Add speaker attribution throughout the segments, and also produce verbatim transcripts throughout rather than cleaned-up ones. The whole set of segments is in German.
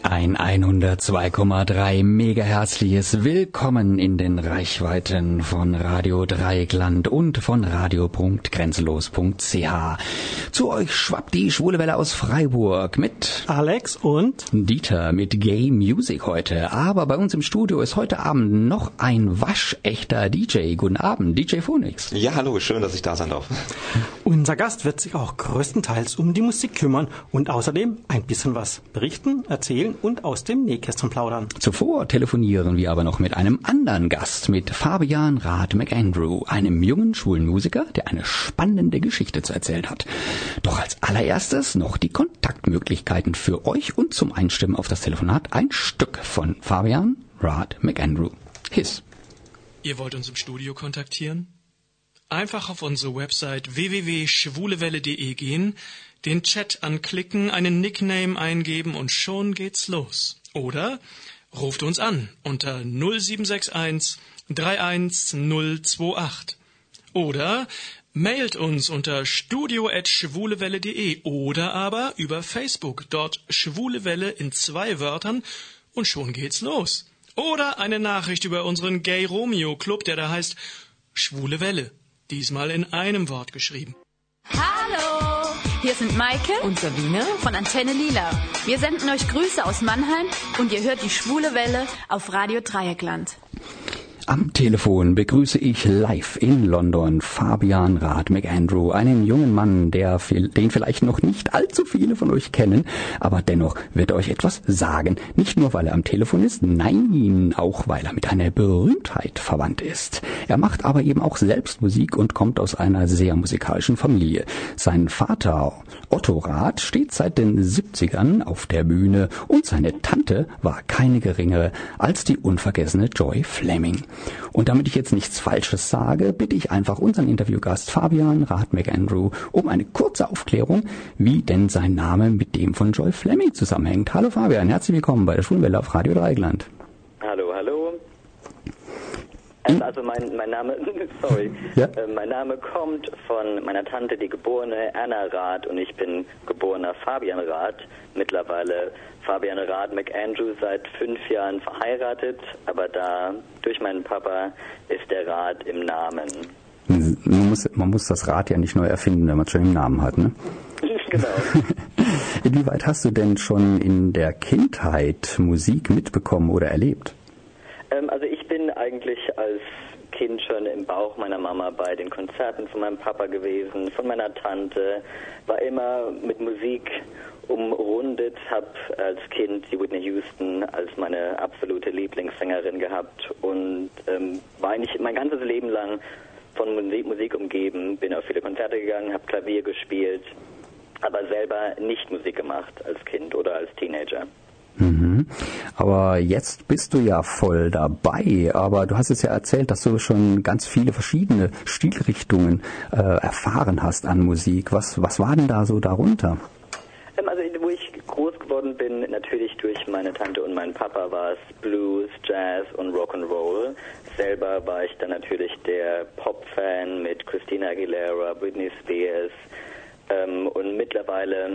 Speaker 1: Ein hundertzwei Komma drei mega herzliches Willkommen in den Reichweiten von Radio Dreieckland und von radio punkt grenzenlos punkt c h. Zu euch schwappt die Schwule Welle aus Freiburg mit
Speaker 2: Alex und
Speaker 1: Dieter mit Gay Music heute. Aber bei uns im Studio ist heute Abend noch ein waschechter D J. Guten Abend, D J Phoenix.
Speaker 3: Ja, hallo, schön, dass ich da sein darf.
Speaker 2: Unser Gast wird sich auch größtenteils um die Musik kümmern und außerdem ein bisschen was berichten, erzählen und aus dem Nähkästchen plaudern.
Speaker 1: Zuvor telefonieren wir aber noch mit einem anderen Gast, mit Fabian Rath McAndrew, einem jungen Schulmusiker, der eine spannende Geschichte zu erzählen hat. Doch als allererstes noch die Kontaktmöglichkeiten für euch und zum Einstimmen auf das Telefonat ein Stück von Fabian Rath McAndrew. His.
Speaker 4: Ihr wollt uns im Studio kontaktieren? Einfach auf unsere Website w w w punkt schwulewelle punkt de gehen, den Chat anklicken, einen Nickname eingeben und schon geht's los. Oder ruft uns an unter null sieben sechs eins drei eins null zwei acht. Oder mailt uns unter studio at schwulewelle punkt de oder aber über Facebook, dort Schwulewelle in zwei Wörtern und schon geht's los. Oder eine Nachricht über unseren Gay Romeo Club, der da heißt Schwule Welle. Diesmal in einem Wort geschrieben.
Speaker 5: Hallo, hier sind Maike und Sabine von Antenne Lila. Wir senden euch Grüße aus Mannheim und ihr hört die Schwule Welle auf Radio Dreieckland.
Speaker 1: Am Telefon begrüße ich live in London Fabian Rath McAndrew, einen jungen Mann, der den vielleicht noch nicht allzu viele von euch kennen, aber dennoch wird er euch etwas sagen. Nicht nur, weil er am Telefon ist, nein, auch weil er mit einer Berühmtheit verwandt ist. Er macht aber eben auch selbst Musik und kommt aus einer sehr musikalischen Familie. Sein Vater Otto Rath steht seit den siebzigern auf der Bühne und seine Tante war keine geringere als die unvergessene Joy Fleming. Und damit ich jetzt nichts Falsches sage, bitte ich einfach unseren Interviewgast Fabian Rath McAndrew um eine kurze Aufklärung, wie denn sein Name mit dem von Joy Fleming zusammenhängt. Hallo Fabian, herzlich willkommen bei der Schwulenwelle auf Radio Dreieckland.
Speaker 6: Hallo, hallo. Also mein, mein Name, sorry,
Speaker 1: ja?
Speaker 6: äh, mein Name kommt von meiner Tante, die geborene Anna Rath, und ich bin geborener Fabian Rath, mittlerweile Fabian Rath McAndrew, seit fünf Jahren verheiratet, aber da durch meinen Papa ist der Rath im Namen.
Speaker 1: Man muss, man muss das Rad ja nicht neu erfinden, wenn man es schon im Namen hat, ne?
Speaker 6: Genau.
Speaker 1: Inwieweit hast du denn schon in der Kindheit Musik mitbekommen oder erlebt?
Speaker 6: Ähm, also ich bin eigentlich als Kind schon im Bauch meiner Mama bei den Konzerten von meinem Papa gewesen, von meiner Tante, war immer mit Musik umrundet, habe als Kind die Whitney Houston als meine absolute Lieblingssängerin gehabt und ähm, war eigentlich mein ganzes Leben lang von Musik, Musik umgeben, bin auf viele Konzerte gegangen, habe Klavier gespielt, aber selber nicht Musik gemacht als Kind oder als Teenager.
Speaker 1: Mhm. Aber jetzt bist du ja voll dabei, aber du hast jetzt ja erzählt, dass du schon ganz viele verschiedene Stilrichtungen äh, erfahren hast an Musik. Was, was war denn da so darunter?
Speaker 6: Also wo ich groß geworden bin, natürlich durch meine Tante und meinen Papa, war es Blues, Jazz und Rock'n'Roll. Selber war ich dann natürlich der Pop-Fan mit Christina Aguilera, Britney Spears ähm, und mittlerweile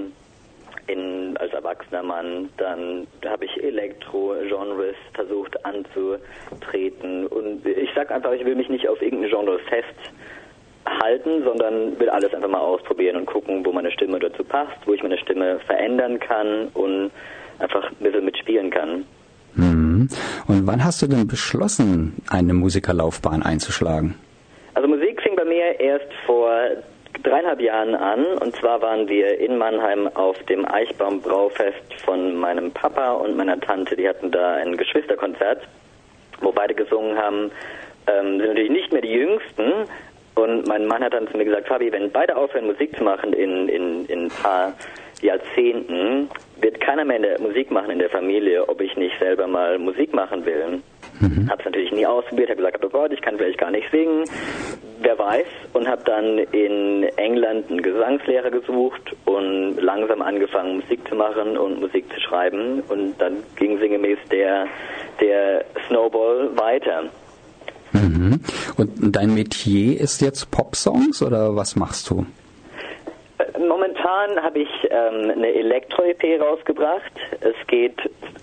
Speaker 6: in, als erwachsener Mann, dann habe ich Elektro-Genres versucht anzutreten und ich sag einfach, ich will mich nicht auf irgendein Genre festhalten, sondern will alles einfach mal ausprobieren und gucken, wo meine Stimme dazu passt, wo ich meine Stimme verändern kann und einfach ein bisschen mitspielen kann.
Speaker 1: Mhm. Und wann hast du denn beschlossen, eine Musikerlaufbahn einzuschlagen?
Speaker 6: Also Musik fing bei mir erst vor dreieinhalb Jahren an, und zwar waren wir in Mannheim auf dem Eichbaum-Braufest von meinem Papa und meiner Tante. Die hatten da ein Geschwisterkonzert, wo beide gesungen haben. Ähm, sind natürlich nicht mehr die Jüngsten, und mein Mann hat dann zu mir gesagt, Fabi, wenn beide aufhören Musik zu machen in, in, in ein paar Jahrzehnten, wird keiner mehr in der Musik machen in der Familie, ob ich nicht selber mal Musik machen will. Mhm. Hab's natürlich nie ausprobiert, habe gesagt, oh Gott, ich kann vielleicht gar nicht singen, wer weiß, und habe dann in England einen Gesangslehrer gesucht und langsam angefangen Musik zu machen und Musik zu schreiben, und dann ging sinngemäß der, der Snowball weiter.
Speaker 1: Mhm. Und dein Metier ist jetzt Popsongs oder was machst du?
Speaker 6: Momentan habe ich ähm, eine Elektro-E P rausgebracht. Es geht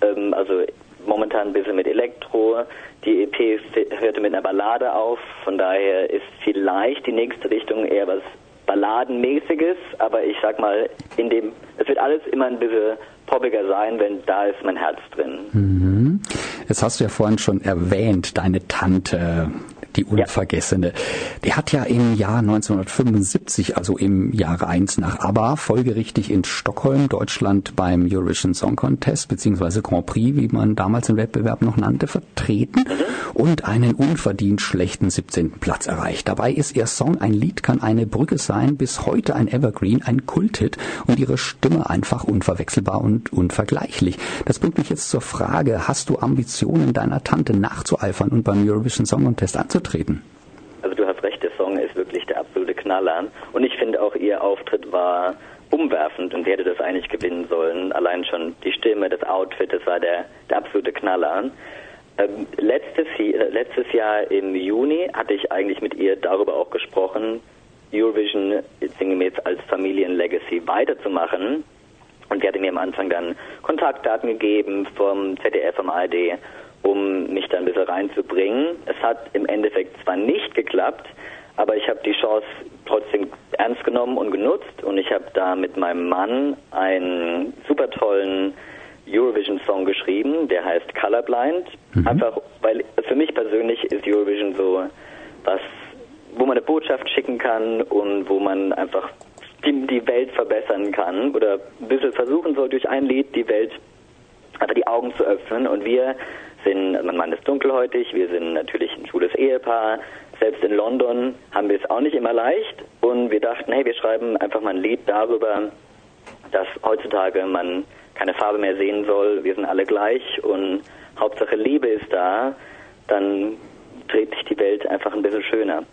Speaker 6: ähm, also momentan ein bisschen mit Elektro. Die E P hörte mit einer Ballade auf, von daher ist vielleicht die nächste Richtung eher was Balladenmäßiges, aber ich sag mal, in dem, es wird alles immer ein bisschen poppiger sein, wenn da ist mein Herz drin.
Speaker 1: Mhm. Jetzt hast du ja vorhin schon erwähnt, deine Tante, die Unvergessene. Ja. Die hat ja im Jahr neunzehnhundertfünfundsiebzig, also im Jahre eins nach ABBA, folgerichtig in Stockholm, Deutschland beim Eurovision Song Contest bzw. Grand Prix, wie man damals den Wettbewerb noch nannte, vertreten mhm. und einen unverdient schlechten siebzehnten Platz erreicht. Dabei ist ihr Song Ein Lied kann eine Brücke sein, bis heute ein Evergreen, ein Kulthit und ihre Stimme einfach unverwechselbar und unvergleichlich. Das bringt mich jetzt zur Frage, hast du Ambitionen, deiner Tante nachzueifern und beim Eurovision Song Contest anzutreten?
Speaker 6: Also du hast recht, der Song ist wirklich der absolute Knaller und ich finde auch, ihr Auftritt war umwerfend und sie hätte das eigentlich gewinnen sollen. Allein schon die Stimme, das Outfit, das war der, der absolute Knaller. Ähm, letztes, letztes Jahr im Juni hatte ich eigentlich mit ihr darüber auch gesprochen, Eurovision jetzt als Familienlegacy weiterzumachen. Und sie hatte mir am Anfang dann Kontaktdaten gegeben vom Z D F, vom A R D, um mich da ein bisschen reinzubringen. Es hat im Endeffekt zwar nicht geklappt, aber ich habe die Chance trotzdem ernst genommen und genutzt und ich habe da mit meinem Mann einen super tollen Eurovision-Song geschrieben, der heißt Colorblind. Mhm. Einfach, weil für mich persönlich ist Eurovision so was, wo man eine Botschaft schicken kann und wo man einfach die, die Welt verbessern kann oder ein bisschen versuchen soll, durch ein Lied die Welt, einfach die Augen zu öffnen. Und wir sind, mein Mann ist dunkelhäutig, wir sind natürlich ein schwules Ehepaar. Selbst in London haben wir es auch nicht immer leicht. Und wir dachten, hey, wir schreiben einfach mal ein Lied darüber, dass heutzutage man keine Farbe mehr sehen soll. Wir sind alle gleich und Hauptsache Liebe ist da. Dann dreht sich die Welt einfach ein bisschen schöner.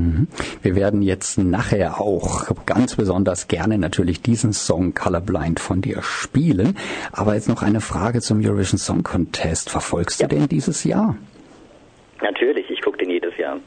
Speaker 1: Wir werden jetzt nachher auch ganz besonders gerne natürlich diesen Song Colorblind von dir spielen. Aber jetzt noch eine Frage zum Eurovision Song Contest. Verfolgst ja. du den dieses Jahr?
Speaker 6: Natürlich, ich gucke den jedes Jahr.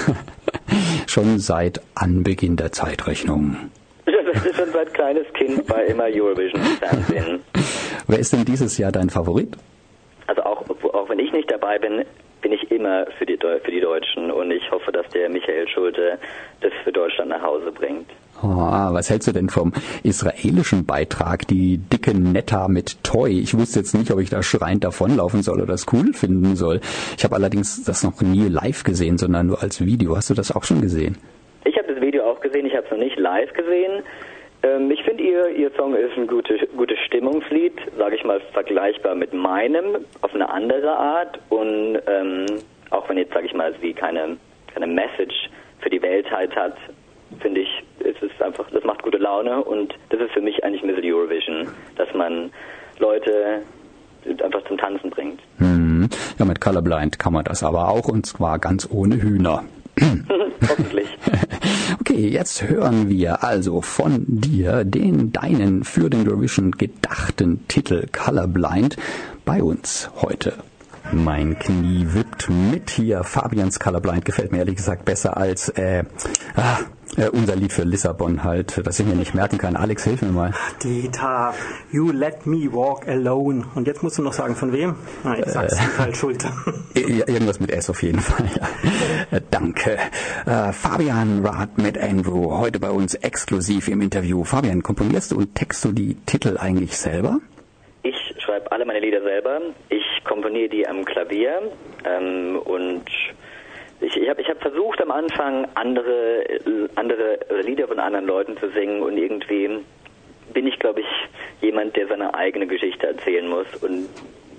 Speaker 1: Schon seit Anbeginn der Zeitrechnung.
Speaker 6: Das ist schon seit kleines Kind bei immer Eurovision im Fernsehen.
Speaker 1: Wer ist denn dieses Jahr dein Favorit?
Speaker 6: Also auch, auch wenn ich nicht dabei bin, bin ich immer für die, für die Deutschen und ich hoffe, dass der Michael Schulte das für Deutschland nach Hause bringt.
Speaker 1: Oh, was hältst du denn vom israelischen Beitrag, die dicke Netta mit Toy? Ich wusste jetzt nicht, ob ich da schreiend davonlaufen soll oder das cool finden soll. Ich habe allerdings das noch nie live gesehen, sondern nur als Video. Hast du das auch schon gesehen?
Speaker 6: Ich habe das Video auch gesehen, ich habe es noch nicht live gesehen. Ähm, ich finde, ihr, ihr Song ist ein gutes, gutes Stimmungslied, sage ich mal, vergleichbar mit meinem, auf eine andere Art. Und ähm, auch wenn jetzt, sage ich mal, wie keine, keine Message für die Welt halt hat, finde ich, es ist einfach, das macht gute Laune und das ist für mich eigentlich ein bisschen Eurovision, dass man Leute einfach zum Tanzen bringt.
Speaker 1: Hm. Ja, mit Colorblind kann man das aber auch und zwar ganz ohne Hühner.
Speaker 6: Hoffentlich.
Speaker 1: Okay, jetzt hören wir also von dir den deinen für den Eurovision gedachten Titel Colorblind bei uns heute. Mein Knie wippt mit hier. Fabians Colorblind gefällt mir ehrlich gesagt besser als äh, ah, äh, unser Lied für Lissabon halt, das ich mir nicht merken kann. Alex, hilf mir mal.
Speaker 2: Dieter, You Let Me Walk Alone. Und jetzt musst du noch sagen, von wem? Ah, ich sag's äh, halt Schulter.
Speaker 1: Irgendwas mit S auf jeden Fall, ja. Danke. Äh, Fabian Rath mit Andrew, heute bei uns exklusiv im Interview. Fabian, komponierst du und textst du die Titel eigentlich selber?
Speaker 6: Ich schreibe alle meine Lieder selber. Ich komponiere die am Klavier ähm, und ich, ich habe ich hab versucht am Anfang andere, andere Lieder von anderen Leuten zu singen und irgendwie bin ich, glaube ich, jemand, der seine eigene Geschichte erzählen muss und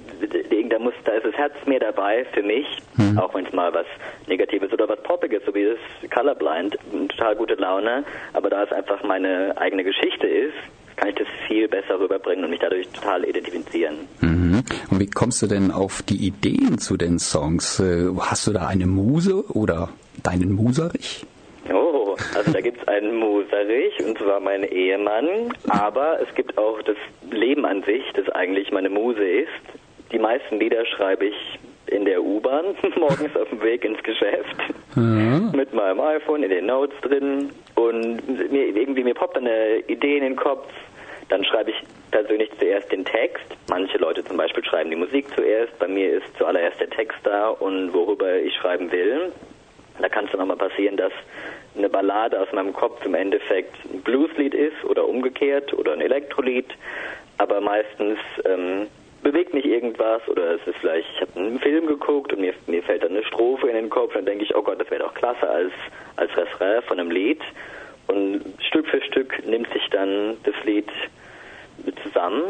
Speaker 6: da, muss, da ist das Herz mehr dabei für mich, mhm. auch wenn es mal was Negatives oder was Poppiges, so wie das Colorblind, total gute Laune, aber da es einfach meine eigene Geschichte ist, kann ich das viel besser rüberbringen und mich dadurch total identifizieren.
Speaker 1: Mhm. Und wie kommst du denn auf die Ideen zu den Songs? Hast du da eine Muse oder deinen Muserich?
Speaker 6: Oh, also da gibt es einen Muserich, und zwar mein Ehemann, aber es gibt auch das Leben an sich, das eigentlich meine Muse ist. Die meisten Lieder schreibe ich in der U-Bahn, morgens auf dem Weg ins Geschäft, mhm. mit meinem iPhone in den Notes drin und mir irgendwie mir poppt eine Idee in den Kopf, Dann schreibe ich persönlich zuerst den Text. Manche Leute zum Beispiel schreiben die Musik zuerst. Bei mir ist zuallererst der Text da und worüber ich schreiben will. Da kann es dann auch mal passieren, dass eine Ballade aus meinem Kopf im Endeffekt ein Blueslied ist oder umgekehrt oder ein Elektrolied. Aber meistens ähm, bewegt mich irgendwas oder es ist vielleicht, ich habe einen Film geguckt und mir, mir fällt dann eine Strophe in den Kopf und dann denke ich, oh Gott, das wäre doch klasse als, als Refrain von einem Lied. Und Stück für Stück nimmt sich dann das Lied zusammen.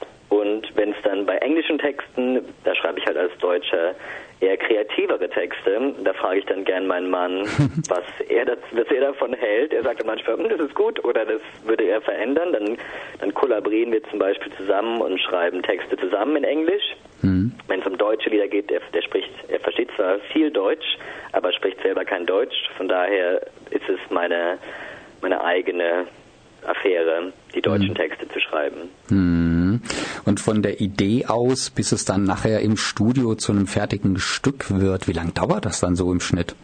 Speaker 6: Und wenn es dann bei englischen Texten, da schreibe ich halt als Deutscher eher kreativere Texte, da frage ich dann gern meinen Mann, was er, das, was er davon hält. Er sagt dann manchmal, das ist gut oder das würde er verändern. Dann, dann kollaborieren wir zum Beispiel zusammen und schreiben Texte zusammen in Englisch. Mhm. Wenn es um deutsche Lieder geht, der, der spricht, er versteht zwar viel Deutsch, aber spricht selber kein Deutsch. Von daher ist es meine, meine eigene Affäre, die deutschen mhm. Texte zu schreiben.
Speaker 1: Mhm. Und von der Idee aus, bis es dann nachher im Studio zu einem fertigen Stück wird, wie lange dauert das dann so im Schnitt?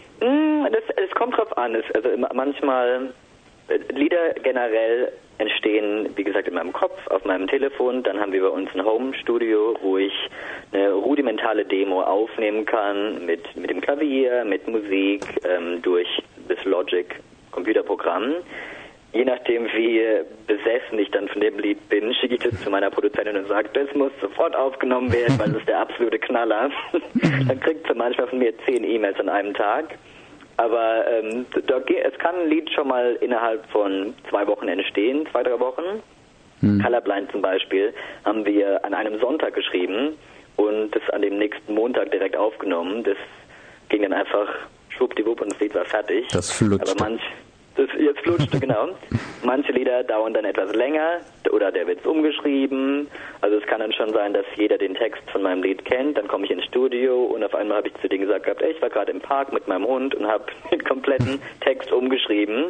Speaker 6: Das, es kommt drauf an. Es, also manchmal, Lieder generell entstehen, wie gesagt, in meinem Kopf, auf meinem Telefon. Dann haben wir bei uns ein Home-Studio, wo ich eine rudimentale Demo aufnehmen kann mit, mit dem Klavier, mit Musik, ähm, durch das Logic-Computerprogramm. Je nachdem, wie besessen ich dann von dem Lied bin, schicke ich das zu meiner Produzentin und sage, das muss sofort aufgenommen werden, weil das ist der absolute Knaller. Dann kriegt sie manchmal von mir zehn E-Mails an einem Tag. Aber ähm, da, es kann ein Lied schon mal innerhalb von zwei Wochen entstehen, zwei, drei Wochen. Hm. Colorblind zum Beispiel haben wir an einem Sonntag geschrieben und das an dem nächsten Montag direkt aufgenommen. Das ging dann einfach schwuppdiwupp und das Lied war fertig.
Speaker 1: Das flutschte.
Speaker 6: Aber manch Das jetzt flutschte, genau. Manche Lieder dauern dann etwas länger oder der wird umgeschrieben. Also es kann dann schon sein, dass jeder den Text von meinem Lied kennt. Dann komme ich ins Studio und auf einmal habe ich zu denen gesagt gehabt, ey, ich war gerade im Park mit meinem Hund und habe den kompletten Text umgeschrieben.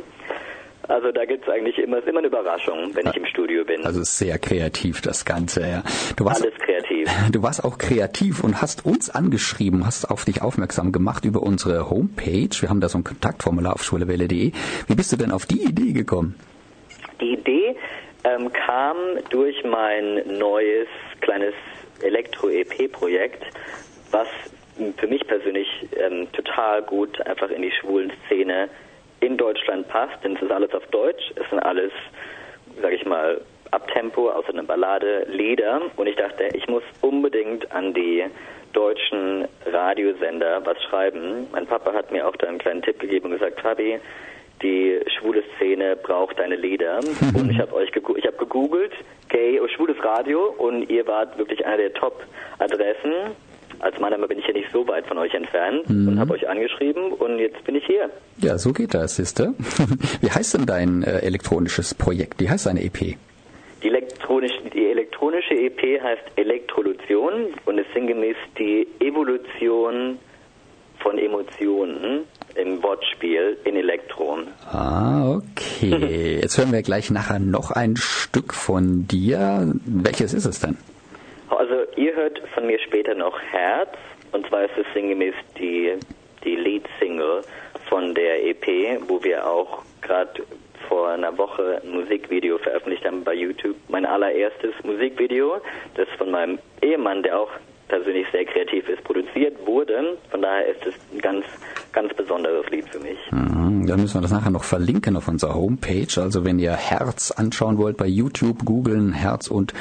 Speaker 6: Also da gibt es eigentlich immer, ist immer eine Überraschung, wenn ich im Studio bin.
Speaker 1: Also sehr kreativ das Ganze, ja. Du warst,
Speaker 6: Alles kreativ.
Speaker 1: Du warst auch kreativ und hast uns angeschrieben, hast auf dich aufmerksam gemacht über unsere Homepage. Wir haben da so ein Kontaktformular auf schwulewelle punkt de. Wie bist du denn auf die Idee gekommen?
Speaker 6: Die Idee ähm, kam durch mein neues kleines Elektro-E P-Projekt, was für mich persönlich ähm, total gut einfach in die schwulen Szene in Deutschland passt, denn es ist alles auf Deutsch, es sind alles, sag ich mal, Abtempo, außer einer Ballade, Lieder und ich dachte, ich muss unbedingt an die deutschen Radiosender was schreiben. Mein Papa hat mir auch da einen kleinen Tipp gegeben und gesagt, Fabi, die schwule Szene braucht deine Lieder und ich habe euch gegu- ich habe gegoogelt, gay, schwules Radio und ihr wart wirklich einer der Top-Adressen. Als Mannheimer bin ich ja nicht so weit von euch entfernt mhm. und habe euch angeschrieben und jetzt bin ich hier.
Speaker 1: Ja, so geht das, siehste. Wie heißt denn dein äh, elektronisches Projekt? Wie heißt deine E P?
Speaker 6: Die, elektronisch, die elektronische E P heißt Elektrolution und ist sinngemäß die Evolution von Emotionen im Wortspiel in Elektro.
Speaker 1: Ah, okay. Jetzt hören wir gleich nachher noch ein Stück von dir. Welches ist es denn?
Speaker 6: Also ihr hört von mir später noch Herz und zwar ist es sinngemäß die, die Lead-Single von der E P, wo wir auch gerade vor einer Woche ein Musikvideo veröffentlicht haben bei YouTube. Mein allererstes Musikvideo, das von meinem Ehemann, der auch persönlich sehr kreativ ist, produziert wurde. Von daher ist es ein ganz, ganz besonderes Lied für mich.
Speaker 1: Mhm, dann müssen wir das nachher noch verlinken auf unserer Homepage. Also wenn ihr Herz anschauen wollt bei YouTube, googeln Herz und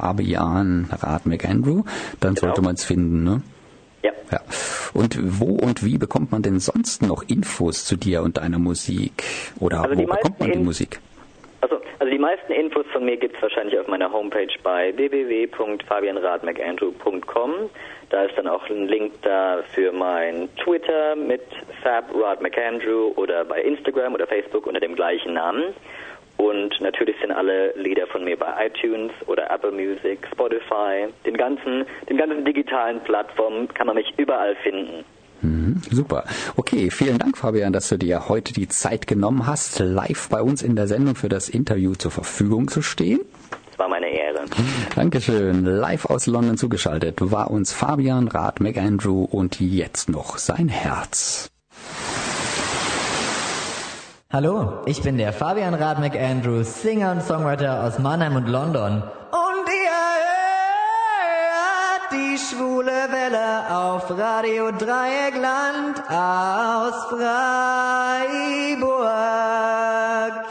Speaker 1: Fabian Rath McAndrew, dann genau. sollte man es finden, ne?
Speaker 6: Ja.
Speaker 1: ja. Und wo und wie bekommt man denn sonst noch Infos zu dir und deiner Musik? Oder also wo bekommt man die Musik?
Speaker 6: Also, also die meisten Infos von mir gibt es wahrscheinlich auf meiner Homepage bei w w w punkt fabian rath mcandrew punkt com. Da ist dann auch ein Link da für mein Twitter mit Fab Rath McAndrew oder bei Instagram oder Facebook unter dem gleichen Namen. Und natürlich sind alle Lieder von mir bei iTunes oder Apple Music, Spotify, den ganzen, den ganzen digitalen Plattformen kann man mich überall finden.
Speaker 1: Mhm, super. Okay, vielen Dank, Fabian, dass du dir heute die Zeit genommen hast, live bei uns in der Sendung für das Interview zur Verfügung zu stehen.
Speaker 6: Es war meine Ehre.
Speaker 1: Dankeschön. Live aus London zugeschaltet war uns Fabian Rath McAndrew und jetzt noch sein Herz.
Speaker 3: Hallo, ich bin der Fabian Rath McAndrew, Singer und Songwriter aus Mannheim und London. Und ihr hört die schwule Welle auf Radio Dreieckland aus Freiburg.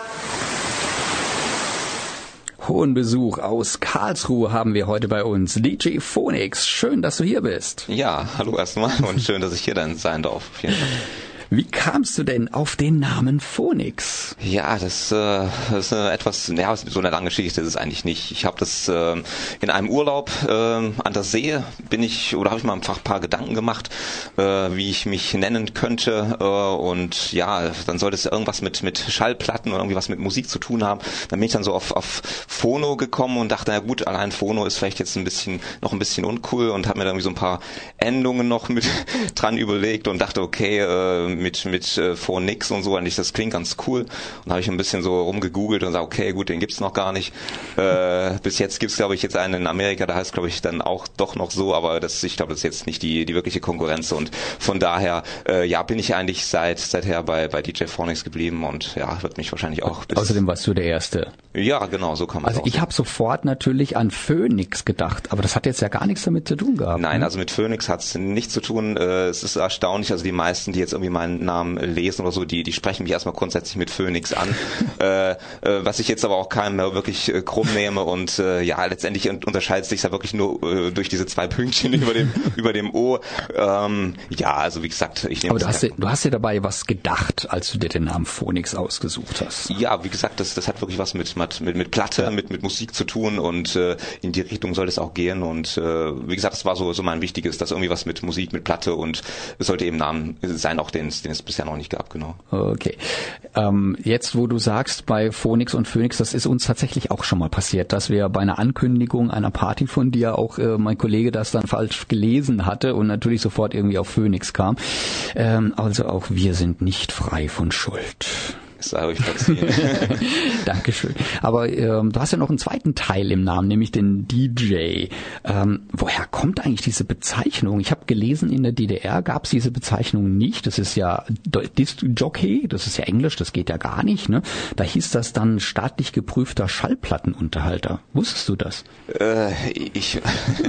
Speaker 1: Hohen Besuch aus Karlsruhe haben wir heute bei uns. D J Phoenix, schön, dass du hier bist.
Speaker 7: Ja, hallo erstmal und schön, dass ich hier dann sein darf. Vielen Dank.
Speaker 1: Wie kamst du denn auf den Namen Phoenix?
Speaker 7: Ja, das, äh, das ist äh, etwas, ja, so eine lange Geschichte ist es eigentlich nicht. Ich habe das äh, in einem Urlaub äh, an der See bin ich, oder habe ich mal ein paar Gedanken gemacht, äh, wie ich mich nennen könnte. Äh, und ja, dann sollte es irgendwas mit mit Schallplatten oder irgendwie was mit Musik zu tun haben. Dann bin ich dann so auf auf Phono gekommen und dachte, na gut, allein Phono ist vielleicht jetzt ein bisschen noch ein bisschen uncool und habe mir dann irgendwie so ein paar Endungen noch mit dran überlegt und dachte, okay, äh, mit mit äh, Phoenix und so, eigentlich das klingt ganz cool. Und habe ich ein bisschen so rumgegoogelt und gesagt, okay, gut, den gibt's noch gar nicht. Äh, bis jetzt gibt's, glaube ich, jetzt einen in Amerika, da heißt, glaube ich, dann auch doch noch so, aber das, ich glaube, das ist jetzt nicht die die wirkliche Konkurrenz und von daher, äh, ja, bin ich eigentlich seit seither bei bei D J Phoenix geblieben und ja, wird mich wahrscheinlich auch. Bis
Speaker 1: Außerdem warst du der Erste.
Speaker 7: Ja, genau, so kann man.
Speaker 1: Also
Speaker 7: auch
Speaker 1: ich habe sofort natürlich an Phoenix gedacht, aber das hat jetzt ja gar nichts damit zu tun gehabt.
Speaker 7: Nein,
Speaker 1: ne?
Speaker 7: also mit Phoenix hat's nichts zu tun. Äh, es ist erstaunlich, also die meisten, die jetzt irgendwie meinen Namen lesen oder so, die die sprechen mich erstmal grundsätzlich mit Phoenix an, äh, äh, was ich jetzt aber auch keinem mehr wirklich äh, krumm nehme und äh, ja, letztendlich unterscheidet sich ja wirklich nur äh, durch diese zwei Pünktchen über dem über dem O. Ähm, ja, also wie gesagt, ich nehme.
Speaker 1: Aber du hast, dir, du hast dir dabei was gedacht, als du dir den Namen Phoenix ausgesucht hast.
Speaker 7: Ja, wie gesagt, das das hat wirklich was mit mit mit Platte, mit mit Musik zu tun und äh, in die Richtung soll es auch gehen und äh, wie gesagt, das war so so mein Wichtiges, dass irgendwie was mit Musik, mit Platte und es sollte eben Namen sein, auch den den es bisher noch nicht gab, genau.
Speaker 1: Okay. Ähm, jetzt, wo du sagst, bei Phoenix und Phoenix, das ist uns tatsächlich auch schon mal passiert, dass wir bei einer Ankündigung einer Party von dir auch äh, mein Kollege das dann falsch gelesen hatte und natürlich sofort irgendwie auf Phoenix kam. Ähm, also auch wir sind nicht frei von Schuld.
Speaker 7: Das sei euch verziehen.
Speaker 1: Dankeschön. Aber ähm, du hast ja noch einen zweiten Teil im Namen, nämlich den D J. Ähm, woher kommt eigentlich diese Bezeichnung? Ich habe gelesen, in der D D R gab es diese Bezeichnung nicht. Das ist ja Disc Jockey, das ist ja Englisch, das geht ja gar nicht. Ne? Da hieß das dann staatlich geprüfter Schallplattenunterhalter. Wusstest du das?
Speaker 7: Äh, ich.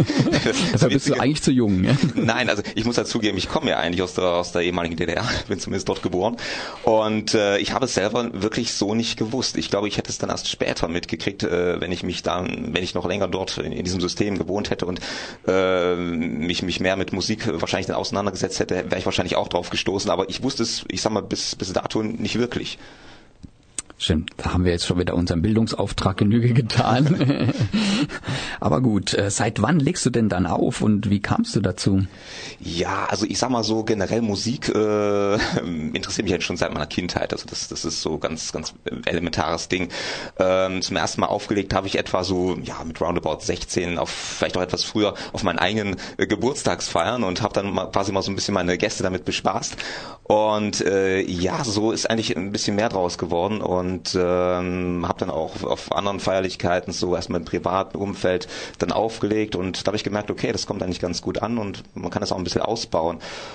Speaker 1: Deshalb bist du eigentlich zu jung. Ne?
Speaker 7: Nein, also ich muss dazugeben, ich komme ja eigentlich aus der aus der ehemaligen D D R, bin zumindest dort geboren und äh, ich habe es selber wirklich so nicht gewusst. Ich glaube, ich hätte es dann erst später mitgekriegt, äh, wenn ich mich dann, wenn ich noch länger dort in, in diesem System gewohnt hätte und äh, mich mich mehr mit Musik wahrscheinlich dann auseinandergesetzt hätte, wäre ich wahrscheinlich auch drauf gestoßen. Aber ich wusste es, ich sag mal, bis bis dato nicht wirklich.
Speaker 1: Stimmt, da haben wir jetzt schon wieder unseren Bildungsauftrag Genüge getan. Aber gut, seit wann legst du denn dann auf und wie kamst du dazu?
Speaker 7: Ja, also ich sag mal so, generell Musik äh, interessiert mich halt schon seit meiner Kindheit. Also das das ist so ganz ganz elementares Ding. Ähm, zum ersten Mal aufgelegt habe ich etwa so, ja, mit roundabout sechzehn, auf vielleicht auch etwas früher, auf meinen eigenen äh, Geburtstagsfeiern und habe dann mal, quasi mal so ein bisschen meine Gäste damit bespaßt. Und äh, ja, so ist eigentlich ein bisschen mehr draus geworden und und ähm, habe dann auch auf anderen Feierlichkeiten so erstmal im privaten Umfeld dann aufgelegt und da habe ich gemerkt, okay, das kommt eigentlich ganz gut an und man kann das auch ein bisschen ausbauen.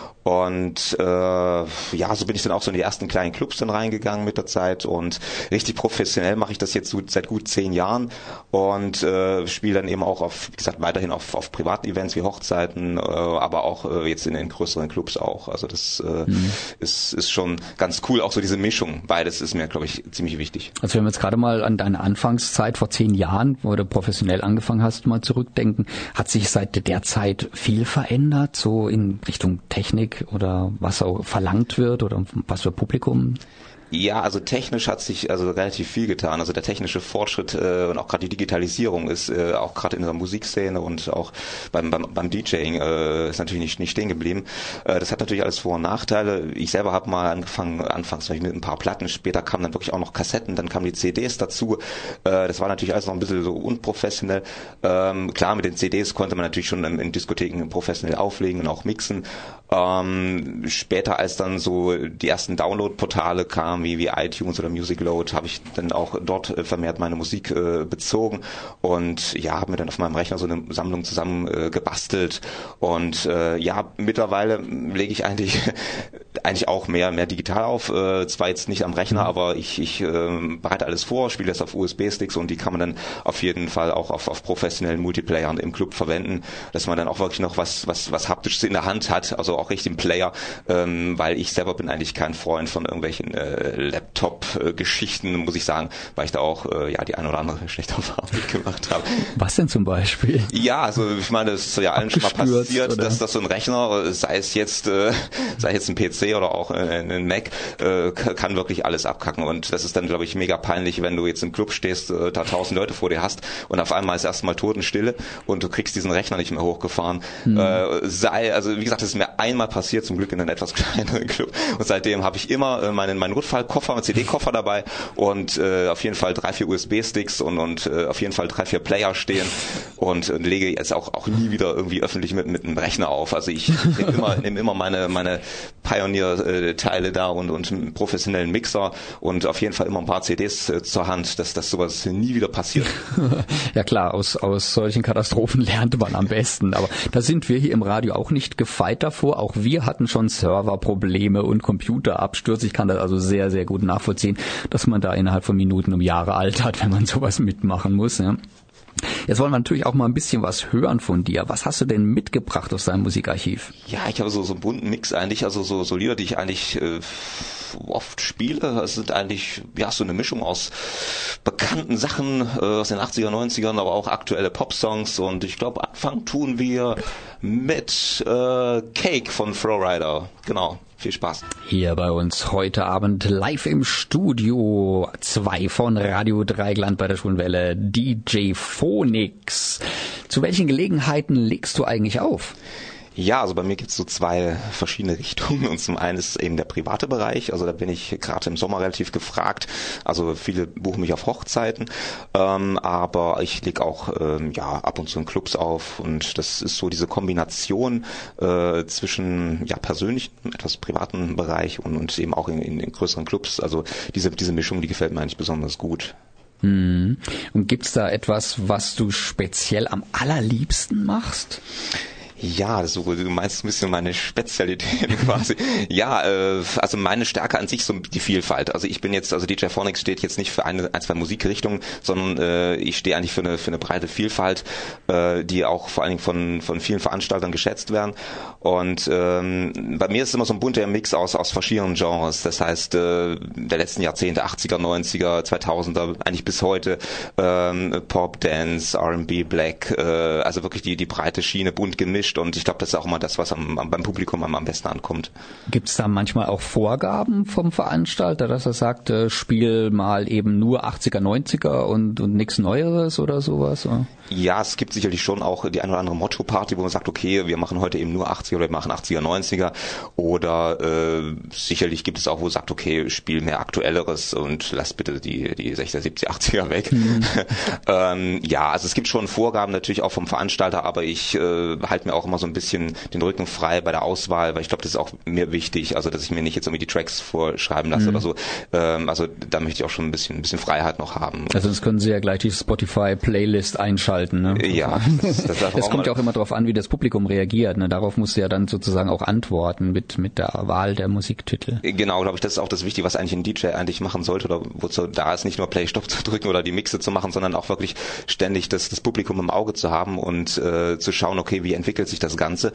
Speaker 7: Und äh, ja, so bin ich dann auch so in die ersten kleinen Clubs dann reingegangen mit der Zeit und richtig professionell mache ich das jetzt so seit gut zehn Jahren und äh, spiele dann eben auch auf, wie gesagt, weiterhin auf, auf privaten Events wie Hochzeiten, äh, aber auch äh, jetzt in, in größeren Clubs auch. Also das äh, mhm. ist, ist schon ganz cool, auch so diese Mischung. Beides ist mir, glaube ich, ziemlich wichtig.
Speaker 1: Also wenn wir jetzt gerade mal an deine Anfangszeit vor zehn Jahren, wo du professionell angefangen hast, mal zurückdenken, hat sich seit der Zeit viel verändert, so in Richtung Technik oder was auch verlangt wird oder was für Publikum?
Speaker 7: Ja, also technisch hat sich also relativ viel getan. Also der technische Fortschritt äh, und auch gerade die Digitalisierung ist äh, auch gerade in der Musikszene und auch beim beim, beim DJing äh, ist natürlich nicht nicht stehen geblieben. Äh, das hat natürlich alles Vor- und Nachteile. Ich selber habe mal angefangen, anfangs mit ein paar Platten, später kamen dann wirklich auch noch Kassetten, dann kamen die C Ds dazu. Äh, das war natürlich alles noch ein bisschen so unprofessionell. Ähm, klar, mit den C Ds konnte man natürlich schon in, in Diskotheken professionell auflegen und auch mixen. Ähm, später, als dann so die ersten Download-Portale kamen, Plattformen wie, wie iTunes oder Music Load habe ich dann auch dort äh, vermehrt meine Musik äh, bezogen und ja, habe mir dann auf meinem Rechner so eine Sammlung zusammen äh, gebastelt und äh, ja, mittlerweile lege ich eigentlich eigentlich auch mehr mehr digital auf, äh, zwar jetzt nicht am Rechner, aber ich, ich äh, bereite alles vor, spiele das auf U S B-Sticks und die kann man dann auf jeden Fall auch auf, auf professionellen Multiplayern im Club verwenden, dass man dann auch wirklich noch was was was haptisches in der Hand hat, also auch richtig im Player, ähm, weil ich selber bin eigentlich kein Freund von irgendwelchen äh, Laptop-Geschichten, muss ich sagen, weil ich da auch äh, ja die ein oder andere schlechte Erfahrung gemacht habe.
Speaker 1: Was denn zum Beispiel?
Speaker 7: Ja, also ich meine, es ist ja allen schon mal passiert, oder? dass das so ein Rechner, sei es jetzt äh, sei es jetzt ein P C oder auch äh, ein Mac, äh, kann wirklich alles abkacken und das ist dann, glaube ich, mega peinlich, wenn du jetzt im Club stehst, äh, da tausend Leute vor dir hast und auf einmal ist erstmal Totenstille und du kriegst diesen Rechner nicht mehr hochgefahren. Hm. Äh, sei, also wie gesagt, das ist mir einmal passiert, zum Glück in einem etwas kleineren Club und seitdem habe ich immer äh, meinen meinen Rückfallkoffer, C D-Koffer dabei und äh, auf jeden Fall drei, vier U S B-Sticks und und äh, auf jeden Fall drei, vier Player stehen und äh, lege jetzt auch auch nie wieder irgendwie öffentlich mit mit einem Rechner auf. Also ich, ich nehme immer nehme immer meine meine Pioneer-Teile da und und einen professionellen Mixer und auf jeden Fall immer ein paar C Ds äh, zur Hand, dass dass sowas nie wieder passiert.
Speaker 1: Ja klar, aus aus solchen Katastrophen lernt man am besten, aber da sind wir hier im Radio auch nicht gefeit davor. Auch wir hatten schon Serverprobleme und Computerabstürze. Ich kann das also sehr, sehr gut nachvollziehen, dass man da innerhalb von Minuten um Jahre alt hat, wenn man sowas mitmachen muss. Ja. Jetzt wollen wir natürlich auch mal ein bisschen was hören von dir. Was hast du denn mitgebracht aus deinem Musikarchiv?
Speaker 7: Ja, ich habe so so einen bunten Mix eigentlich, also so, so Lieder, die ich eigentlich äh, oft spiele. Es sind eigentlich ja so eine Mischung aus bekannten Sachen äh, aus den achtziger, neunzigern, aber auch aktuelle Popsongs und ich glaube, anfangen tun wir mit äh, Cake von Flowrider. Genau. Viel Spaß.
Speaker 1: Hier bei uns heute Abend live im Studio zwei von Radio Dreieckland bei der Schwulenwelle, D J Phoenix. Zu welchen Gelegenheiten legst du eigentlich auf?
Speaker 7: Ja, also bei mir gibt's so zwei verschiedene Richtungen und zum einen ist es eben der private Bereich, also da bin ich gerade im Sommer relativ gefragt, also viele buchen mich auf Hochzeiten, ähm, aber ich leg auch ähm, ja ab und zu in Clubs auf und das ist so diese Kombination äh, zwischen ja persönlichen, etwas privaten Bereich und, und eben auch in, in, in größeren Clubs, also diese diese Mischung, die gefällt mir eigentlich besonders gut.
Speaker 1: Hm. Und gibt's da etwas, was du speziell am allerliebsten machst?
Speaker 7: Ja, das so, du meinst ein bisschen meine Spezialität quasi. Ja, äh, also meine Stärke an sich so die Vielfalt. Also ich bin jetzt, also D J Phoenix steht jetzt nicht für eine, ein, zwei Musikrichtungen, sondern äh, ich stehe eigentlich für eine für eine breite Vielfalt, äh, die auch vor allen Dingen von von vielen Veranstaltern geschätzt werden. Und ähm, bei mir ist es immer so ein bunter Mix aus aus verschiedenen Genres. Das heißt, äh, der letzten Jahrzehnte, achtziger, neunziger, zweitausender, eigentlich bis heute ähm, Pop, Dance, R and B, Black, äh, also wirklich die die breite Schiene, bunt gemischt. Und ich glaube, das ist auch immer das, was am, am, beim Publikum am, am besten ankommt.
Speaker 1: Gibt es da manchmal auch Vorgaben vom Veranstalter, dass er sagt, äh, spiel mal eben nur achtziger, neunziger und, und nichts Neueres oder sowas? Oder?
Speaker 7: Ja, es gibt sicherlich schon auch die eine oder andere Motto-Party, wo man sagt, okay, wir machen heute eben nur achtziger oder wir machen achtziger, neunziger. Oder äh, sicherlich gibt es auch, wo man sagt, okay, spiel mehr Aktuelleres und lass bitte die, die sechziger, siebziger, achtziger weg. Mhm. ähm, ja, also es gibt schon Vorgaben natürlich auch vom Veranstalter, aber ich äh, halte mir auch immer so ein bisschen den Rücken frei bei der Auswahl, weil ich glaube, das ist auch mir wichtig, also dass ich mir nicht jetzt irgendwie die Tracks vorschreiben lasse mhm. oder so. Ähm, also da möchte ich auch schon ein bisschen ein bisschen Freiheit noch haben.
Speaker 1: Also das können Sie ja gleich die Spotify-Playlist einschalten. Ne?
Speaker 7: Ja. Das, das,
Speaker 1: das kommt ja auch immer darauf an, wie das Publikum reagiert. Ne? Darauf musst du ja dann sozusagen auch antworten mit mit der Wahl der Musiktitel.
Speaker 7: Genau, glaube ich, das ist auch das Wichtige, was eigentlich ein D J eigentlich machen sollte oder wozu da ist, nicht nur Play-Stop zu drücken oder die Mixe zu machen, sondern auch wirklich ständig das, das Publikum im Auge zu haben und äh, zu schauen, okay, wie entwickelt sich das Ganze,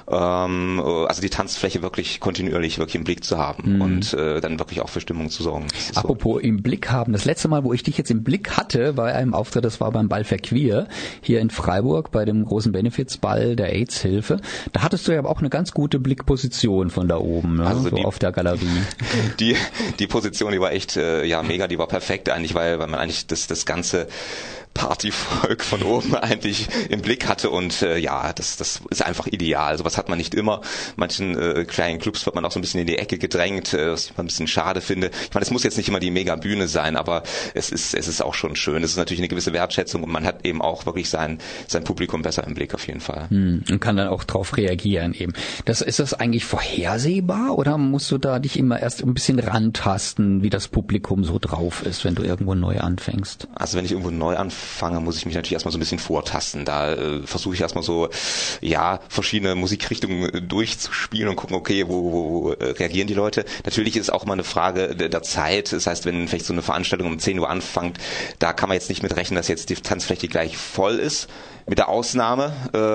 Speaker 7: ähm, also die Tanzfläche wirklich kontinuierlich wirklich im Blick zu haben mhm. und äh, dann wirklich auch für Stimmung zu sorgen.
Speaker 1: Apropos so. Im Blick haben, das letzte Mal, wo ich dich jetzt im Blick hatte, bei einem Auftritt, das war beim Ball für Queer, hier in Freiburg, bei dem großen Benefizball der AIDS-Hilfe, da hattest du ja aber auch eine ganz gute Blickposition von da oben, ne?
Speaker 7: Also
Speaker 1: so
Speaker 7: die,
Speaker 1: auf der Galerie.
Speaker 7: Die, die Position, die war echt, äh, ja, mega, die war perfekt eigentlich, weil, weil man eigentlich das, das ganze Partyvolk von oben eigentlich im Blick hatte und äh, ja, das das ist einfach ideal. Sowas hat man nicht immer. Manchen äh, kleinen Clubs wird man auch so ein bisschen in die Ecke gedrängt, äh, was ich mal ein bisschen schade finde. Ich meine, es muss jetzt nicht immer die Mega-Bühne sein, aber es ist es ist auch schon schön. Es ist natürlich eine gewisse Wertschätzung und man hat eben auch wirklich sein sein Publikum besser im Blick auf jeden Fall.
Speaker 1: Hm, und kann dann auch drauf reagieren eben. Das ist das eigentlich vorhersehbar oder musst du da dich immer erst ein bisschen rantasten, wie das Publikum so drauf ist, wenn du irgendwo neu anfängst?
Speaker 7: Also wenn ich irgendwo neu anfange, muss ich mich natürlich erstmal so ein bisschen vortasten. Da äh, versuche ich erstmal so, ja, verschiedene Musikrichtungen äh, durchzuspielen und gucken, okay, wo, wo, wo äh, reagieren die Leute. Natürlich ist auch immer eine Frage der, der Zeit. Das heißt, wenn vielleicht so eine Veranstaltung um zehn Uhr anfängt, da kann man jetzt nicht mit rechnen, dass jetzt die Tanzfläche gleich voll ist. Mit der Ausnahme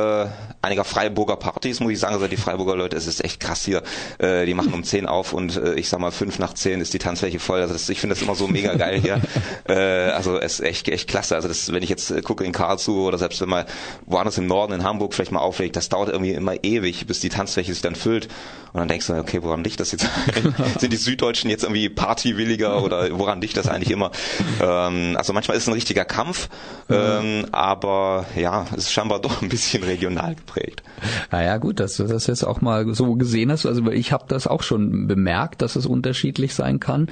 Speaker 7: äh, einiger Freiburger Partys, muss ich sagen, also die Freiburger Leute, es ist echt krass hier. Äh, die machen um zehn auf und äh, ich sag mal fünf nach zehn ist die Tanzfläche voll. Also das, ich finde das immer so mega geil hier. äh, also es ist echt echt klasse. Also das, wenn ich jetzt äh, gucke in Karlsruhe oder selbst wenn mal woanders im Norden in Hamburg vielleicht mal auflegt, das dauert irgendwie immer ewig, bis die Tanzfläche sich dann füllt. Und dann denkst du, okay, woran liegt das jetzt? Sind die Süddeutschen jetzt irgendwie partywilliger oder woran liegt das eigentlich immer? Ähm, also manchmal ist es ein richtiger Kampf, ähm, aber ja, es ist scheinbar doch ein bisschen regional geprägt.
Speaker 1: Naja, gut, dass du das jetzt auch mal so gesehen hast. Also ich habe das auch schon bemerkt, dass es unterschiedlich sein kann.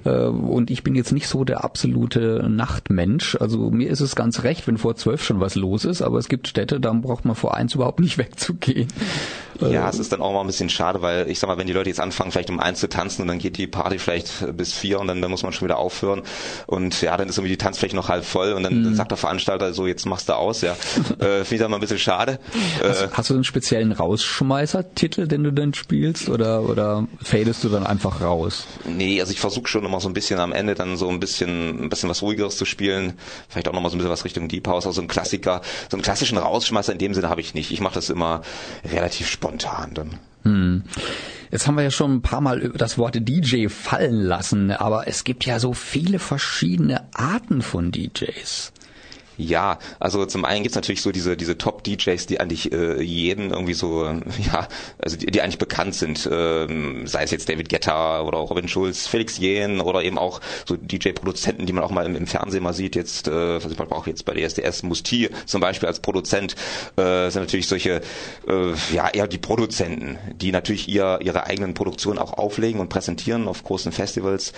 Speaker 1: Und ich bin jetzt nicht so der absolute Nachtmensch. Also mir ist es ganz recht, wenn vor zwölf schon was los ist. Aber es gibt Städte, da braucht man vor eins überhaupt nicht wegzugehen.
Speaker 7: Ja, es ist dann auch mal ein bisschen schade, weil ich sag mal, wenn die Leute jetzt anfangen, vielleicht um eins zu tanzen und dann geht die Party vielleicht bis vier und dann, dann muss man schon wieder aufhören und ja, dann ist irgendwie die Tanzfläche noch halb voll und dann, mhm. dann sagt der Veranstalter so, jetzt machst du aus, ja. äh, Finde ich dann mal ein bisschen schade.
Speaker 1: Hast, äh, hast du einen speziellen Rausschmeißer-Titel, den du dann spielst oder oder fadest du dann einfach raus?
Speaker 7: Nee, also ich versuche schon immer so ein bisschen am Ende dann so ein bisschen ein bisschen was Ruhigeres zu spielen, vielleicht auch nochmal so ein bisschen was Richtung Deep House, also ein Klassiker, so einen klassischen Rausschmeißer in dem Sinne habe ich nicht. Ich mache das immer relativ spontan dann.
Speaker 1: Hm. Jetzt haben wir ja schon ein paar Mal das Wort D J fallen lassen, aber es gibt ja so viele verschiedene Arten von D Js.
Speaker 7: Ja, also zum einen gibt's natürlich so diese diese Top-D Js, die eigentlich äh, jeden irgendwie so, ja, also die, die eigentlich bekannt sind, ähm, sei es jetzt David Guetta oder Robin Schulz, Felix Jähn oder eben auch so D J-Produzenten, die man auch mal im, im Fernsehen mal sieht, jetzt, äh, was ich auch jetzt bei D S D S, Musti zum Beispiel als Produzent, äh, sind natürlich solche, äh, ja, eher die Produzenten, die natürlich ihr, ihre eigenen Produktionen auch auflegen und präsentieren auf großen Festivals.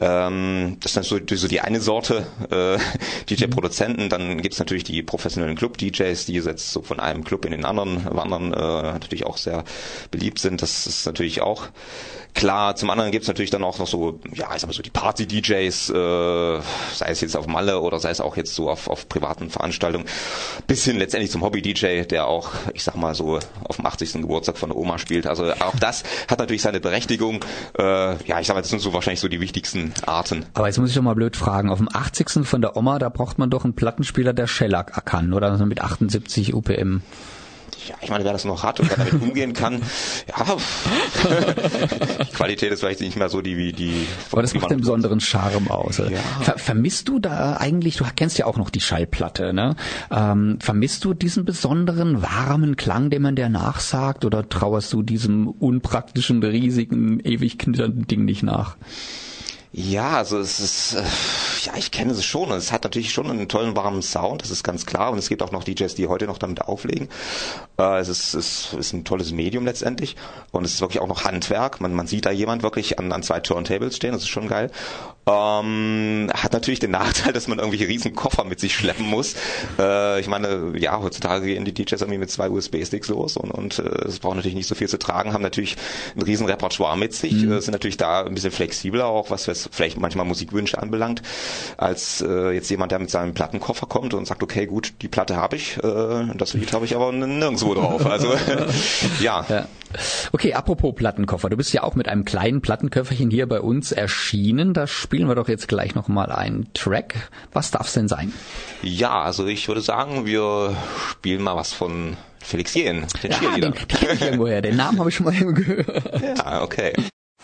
Speaker 7: Ähm, das ist dann so, so die eine Sorte äh, D J-Produzenten, dann Dann gibt's natürlich die professionellen Club-D Js, die jetzt so von einem Club in den anderen wandern, äh, natürlich auch sehr beliebt sind. Das ist natürlich auch klar. Zum anderen gibt's natürlich dann auch noch so, ja, ich sag mal so die Party-D Js, äh, sei es jetzt auf Malle oder sei es auch jetzt so auf, auf privaten Veranstaltungen, bis hin letztendlich zum Hobby-D J, der auch, ich sag mal so, auf dem achtzigsten Geburtstag von der Oma spielt. Also auch das hat natürlich seine Berechtigung. Äh, ja, ich sag mal, das sind so wahrscheinlich so die wichtigsten Arten.
Speaker 1: Aber jetzt muss ich doch mal blöd fragen, auf dem achtzigsten von der Oma, da braucht man doch einen Plattenspieler, der Shellac kann, oder mit achtundsiebzig U P M.
Speaker 7: Ja, ich meine, wer das noch hat und damit umgehen kann, ja, die Qualität ist vielleicht nicht mehr so die wie die.
Speaker 1: Aber das macht den besonderen Charme aus. Ja. Ver- vermisst du da eigentlich, du kennst ja auch noch die Schallplatte, ne? Ähm, vermisst du diesen besonderen warmen Klang, den man dir nachsagt, oder trauerst du diesem unpraktischen, riesigen, ewig knitternden Ding nicht nach?
Speaker 7: Ja, also es ist, äh, ja, ich kenne es schon. Es hat natürlich schon einen tollen, warmen Sound, das ist ganz klar. Und es gibt auch noch D Js, die heute noch damit auflegen. Äh, es ist, es ist ein tolles Medium letztendlich. Und es ist wirklich auch noch Handwerk. Man, man sieht da jemand wirklich an, an zwei Turntables stehen, das ist schon geil. Ähm, hat natürlich den Nachteil, dass man irgendwelche riesen Koffer mit sich schleppen muss. Äh, ich meine, ja, heutzutage gehen die D Js irgendwie mit zwei U S B-Sticks los und, und äh, es braucht natürlich nicht so viel zu tragen, haben natürlich ein riesen Repertoire mit sich, mhm. äh, sind natürlich da ein bisschen flexibler auch, was was vielleicht manchmal Musikwünsche anbelangt, als äh, jetzt jemand, der mit seinem Plattenkoffer kommt und sagt, okay, gut, die Platte habe ich, äh, das Lied habe ich aber nirgendwo drauf. Also ja.
Speaker 1: ja. Okay, apropos Plattenkoffer, du bist ja auch mit einem kleinen Plattenköfferchen hier bei uns erschienen. Da spielen wir doch jetzt gleich nochmal einen Track. Was darf's denn sein?
Speaker 7: Ja, also ich würde sagen, wir spielen mal was von Felix Jähn, den
Speaker 1: ja,
Speaker 7: Cheerleader.
Speaker 1: Den kenn ich irgendwoher, den Namen habe ich schon mal gehört.
Speaker 7: Ja, okay.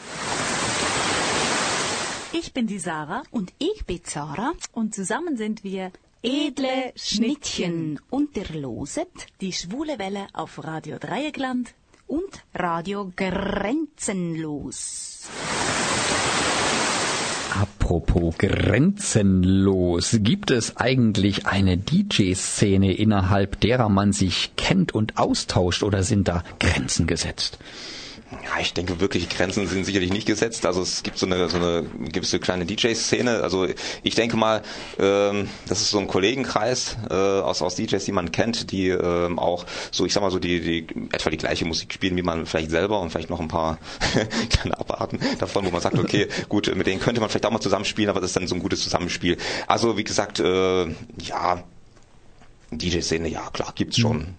Speaker 8: Ich bin die Sarah.
Speaker 5: Und ich bin Zara.
Speaker 8: Und zusammen sind wir
Speaker 5: Edle Schnittchen. Und der loset
Speaker 8: die schwule Welle auf Radio Dreieckland
Speaker 5: und Radio Grenzenlos.
Speaker 1: Apropos Apropos grenzenlos, gibt es eigentlich eine D J-Szene, innerhalb derer man sich kennt und austauscht, oder sind da Grenzen gesetzt?
Speaker 7: Ja, ich denke wirklich, Grenzen sind sicherlich nicht gesetzt. Also es gibt so eine so eine gewisse kleine D J-Szene. Also ich denke mal, ähm, das ist so ein Kollegenkreis äh, aus aus D Js, die man kennt, die ähm, auch so, ich sag mal so, die die etwa die gleiche Musik spielen wie man vielleicht selber und vielleicht noch ein paar kleine Abarten davon, wo man sagt, okay, gut, mit denen könnte man vielleicht auch mal zusammenspielen, aber das ist dann so ein gutes Zusammenspiel. Also wie gesagt, äh, ja, D J-Szene, ja klar, gibt's schon. Mhm.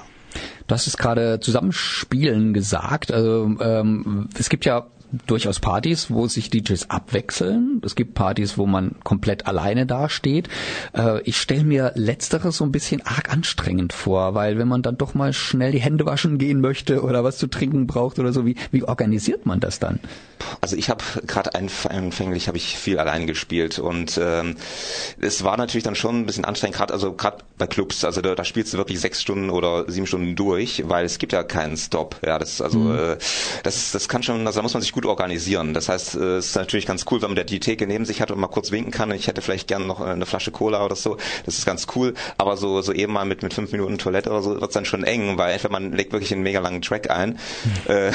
Speaker 1: Du hast es gerade Zusammenspielen gesagt. Also ähm, es gibt ja durchaus Partys, wo sich D Js abwechseln. Es gibt Partys, wo man komplett alleine dasteht. Äh, ich stelle mir Letzteres so ein bisschen arg anstrengend vor, weil wenn man dann doch mal schnell die Hände waschen gehen möchte oder was zu trinken braucht oder so, wie, wie organisiert man das dann?
Speaker 7: Also ich habe gerade anfänglich habe ich viel allein gespielt und ähm, es war natürlich dann schon ein bisschen anstrengend, gerade also gerade bei Clubs, also da, da spielst du wirklich sechs Stunden oder sieben Stunden durch, weil es gibt ja keinen Stop. Ja, das also mhm. äh, das das kann schon, also da muss man sich gut organisieren. Das heißt, es ist natürlich ganz cool, wenn man die Theke neben sich hat und mal kurz winken kann. Ich hätte vielleicht gerne noch eine Flasche Cola oder so. Das ist ganz cool. Aber so so eben mal mit mit fünf Minuten Toilette oder so wird's dann schon eng, weil entweder man legt wirklich einen mega langen Track ein mhm. äh,